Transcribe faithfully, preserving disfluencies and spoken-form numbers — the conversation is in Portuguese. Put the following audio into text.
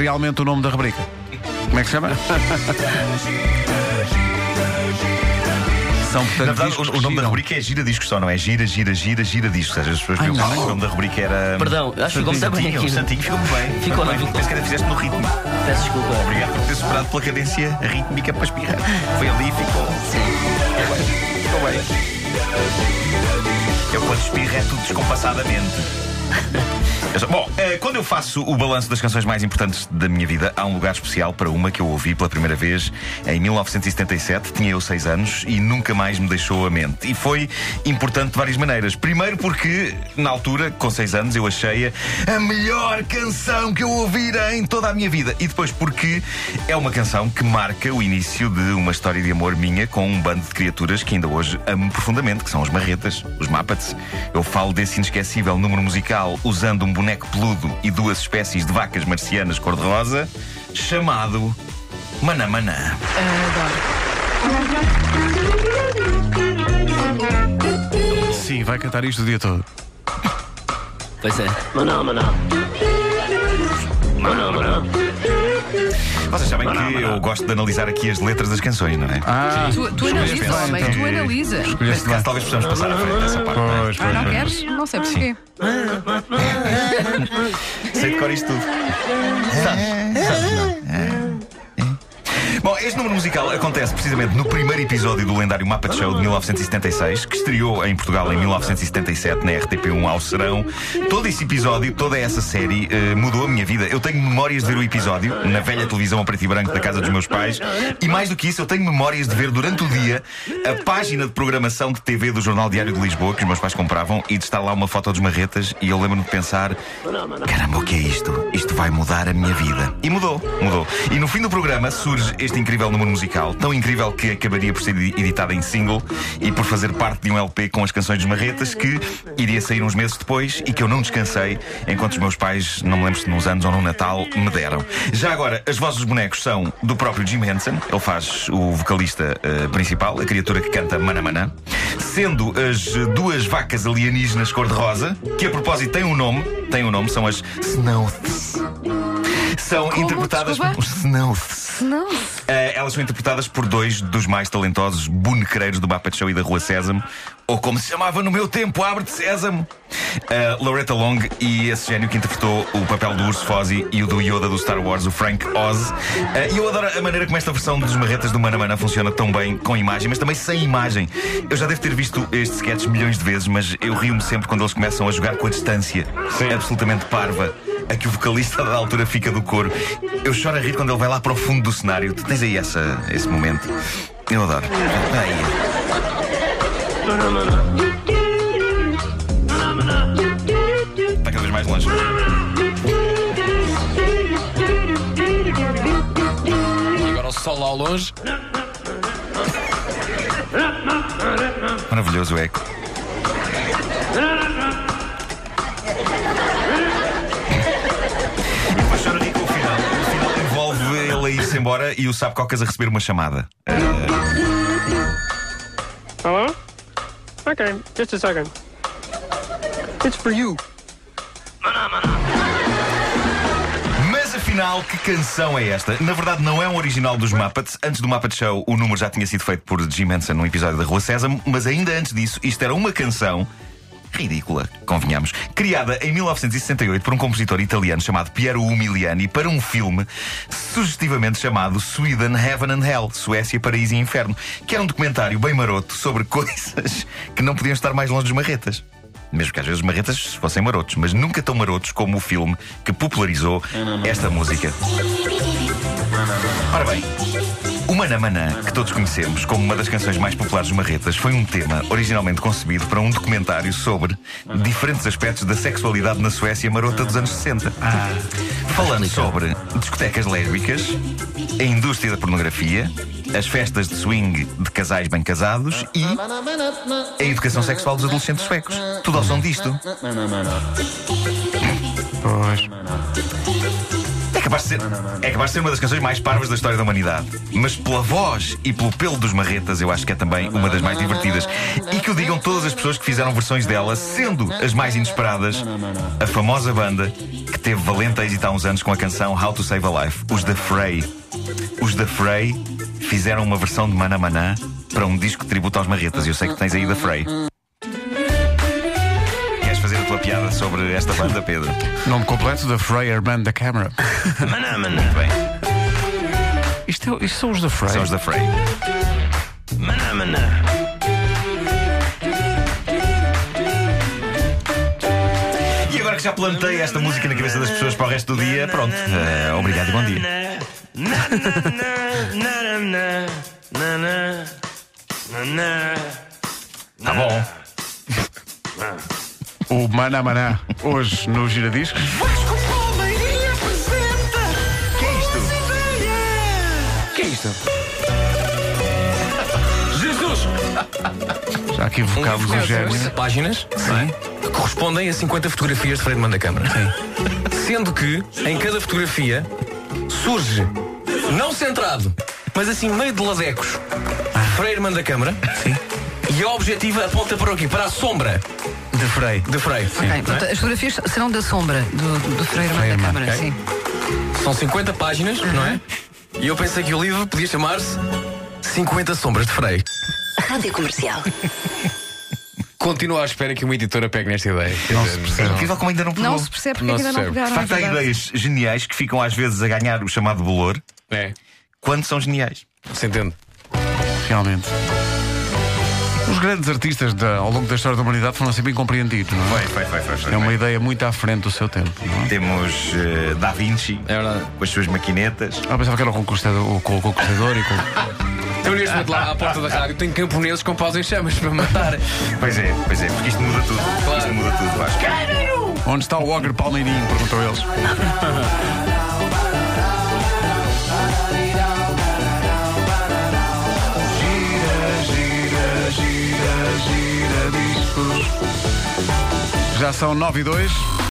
realmente o nome da rubrica. Como é que se chama? São, portanto, Na verdade, o, o nome da rubrica é Gira Discos só, não é Gira, Gira, Gira, Gira Discos. Ou seja, as pessoas viram que o nome da rubrica era. Perdão, acho que ficou muito bem aqui. O Santinho ficou muito bem. Ficou, não bem. ficou? Penso que ainda fizeste no ritmo. Peço desculpa. Obrigado por teres superado pela cadência rítmica para espirrar. Foi ali e ficou. Sim. Ficou bem. Ficou bem. Eu quando espirro é tudo descompassadamente. Bom, quando eu faço o balanço das canções mais importantes da minha vida, há um lugar especial para uma que eu ouvi pela primeira vez em mil novecentos e setenta e sete. Tinha eu seis anos e nunca mais me deixou a mente. E foi importante de várias maneiras. Primeiro porque, na altura, com seis anos, eu achei-a a melhor canção que eu ouvira em toda a minha vida. E depois porque é uma canção que marca o início de uma história de amor minha com um bando de criaturas que ainda hoje amo profundamente, que são os Marretas, os Muppets. Eu falo desse inesquecível número musical usando um boneco peludo e duas espécies de vacas marcianas cor-de-rosa, chamado Maná Maná. Sim, vai cantar isto o dia todo. Pois é. Maná, maná. Maná, maná. Vocês sabem que eu gosto de analisar aqui as letras das canções, não é? Ah, Tu, tu analisas, bem, homem, então. tu analisas. Neste caso, talvez possamos passar à frente dessa parte. não é? Pois, Ah, pois, não pois. queres? Não sei porquê. Sei decorar isto tudo. Sabes? Sabes, não. Bom, este número musical acontece precisamente no primeiro episódio do lendário Muppet Show de mil novecentos e setenta e seis, que estreou em Portugal em mil novecentos e setenta e sete na R T P um ao serão. Todo esse episódio, toda essa série uh, mudou a minha vida. Eu tenho memórias de ver o episódio na velha televisão a preto e branco da casa dos meus pais. E mais do que isso, eu tenho memórias de ver durante o dia a página de programação de T V do Jornal Diário de Lisboa, que os meus pais compravam, e de estar lá uma foto dos Marretas. E eu lembro-me de pensar: caramba, o que é isto? Isto vai mudar a minha vida. E mudou, mudou. E no fim do programa surge este incrível número musical, tão incrível que acabaria por ser editado em single e por fazer parte de um L P com as canções dos Marretas, que iria sair uns meses depois e que eu não descansei enquanto os meus pais, não me lembro se nos anos ou no Natal, me deram. Já agora, as vozes dos bonecos são do próprio Jim Henson. Ele faz o vocalista uh, principal, a criatura que canta Maná Maná, sendo as duas vacas alienígenas cor-de-rosa, que a propósito têm um nome, têm um nome, são as Snowths. São Como? interpretadas Desculpa? por os Snowths. Não. Uh, elas são interpretadas por dois dos mais talentosos bonequeiros do Muppet Show e da Rua Sésamo, ou como se chamava no meu tempo, Abre-te Sésamo. Uh, Loretta Long e esse gênio que interpretou o papel do Urso Fozzie e o do Yoda do Star Wars, o Frank Oz. Uh, E eu adoro a maneira como esta versão dos Marretas do Maná Maná funciona tão bem com imagem, mas também sem imagem. Eu já devo ter visto este sketch milhões de vezes, mas eu rio-me sempre quando eles começam a jogar com a distância absolutamente parva a que o vocalista da altura fica do coro. Eu choro a rir quando ele vai lá para o fundo do cenário. Tu tens aí essa, esse momento. Eu adoro. Aí. Está cada vez mais longe. E agora o sol lá ao longe. Maravilhoso o eco. E depois choro a rir com o final. O final envolve ele a ir-se embora e o Sabe Cocas a receber uma chamada. Hello? Okay, just a second. It's for you. Mas afinal, que canção é esta? Na verdade, não é um original dos Muppets. Antes do Muppet Show, o número já tinha sido feito por Jim Henson num episódio da Rua Sésamo. Mas ainda antes disso, isto era uma canção ridícula, convenhamos, criada em mil novecentos e sessenta e oito por um compositor italiano chamado Piero Umiliani para um filme sugestivamente chamado Sweden, Heaven and Hell, Suécia, Paraíso e Inferno, que era um documentário bem maroto sobre coisas que não podiam estar mais longe dos Marretas. Mesmo que às vezes os Marretas fossem marotos, mas nunca tão marotos como o filme que popularizou esta música. Ora bem, o Maná Maná, que todos conhecemos como uma das canções mais populares dos Marretas, foi um tema originalmente concebido para um documentário sobre diferentes aspectos da sexualidade na Suécia marota dos anos sessenta. Ah, falando sobre discotecas lésbicas, a indústria da pornografia, as festas de swing de casais bem casados e a educação sexual dos adolescentes suecos. Tudo ao som disto. Pois. É capaz de ser, é capaz de ser uma das canções mais parvas da história da humanidade. Mas pela voz e pelo pelo dos marretas, eu acho que é também uma das mais divertidas. E que o digam todas as pessoas que fizeram versões dela, sendo as mais inesperadas, a famosa banda que teve valente êxito há uns anos com a canção How to Save a Life, os The Fray. Os The Fray fizeram uma versão de Maná Maná para um disco de tributo aos marretas. E eu sei que tens aí The Fray. Queres fazer a tua piada sobre esta banda, Pedro? Nome completo: The Fray Man da Câmara. Maná Maná. Muito bem. Isto, é, isto são os da Fray. São os The Fray. Maná Maná. E agora que já plantei esta música na cabeça das pessoas para o resto do dia, pronto. Uh, obrigado e bom dia. Tá bom. O Maná Maná, hoje no Giradiscos. Que é isto? Que é isto? Jesus! Já aqui evocámos o gênio. oito páginas, não é? Que correspondem a cinquenta fotografias de Freire Man da Câmara. Sim. Sendo que em cada fotografia surge, não centrado, mas assim meio de ladecos, Freire Man da Câmara. Sim. E a objetiva aponta para o quê? Para a sombra De Frei. de Freire. Ok, portanto, as fotografias serão da sombra do, do Freire Man da Freire Man, Câmara, ok. sim. São cinquenta páginas, não é? E eu pensei que o livro podia chamar-se cinquenta Sombras de Freire. Rádio Comercial. Continuo à espera que uma editora pegue nesta ideia. Não se percebe. É incrível como ainda não pegou. Não se percebe porque Não ainda se não percebe. pegaram. De facto, é há verdade. ideias geniais que ficam às vezes a ganhar o chamado bolor É, quando são geniais. se entende? Realmente. Os grandes artistas da- ao longo da história da humanidade foram sempre incompreendidos, não é? Foi, foi, foi, foi, foi. É uma ideia muito à frente do seu tempo, não é? Temos eh, Da Vinci É verdade. com as suas maquinetas. Ah, pensava que era o conquistador, o, co- o conquistador e com... Então, neste momento, lá à porta da rádio, tem camponeses com paus em chamas para matar. Pois é, pois é, porque isto muda tudo. Claro. Isto muda tudo, Vasco. Onde está o Ogre Palmeirinho? Perguntou eles. Gira, gira, gira, gira discos. Já são nove e dois.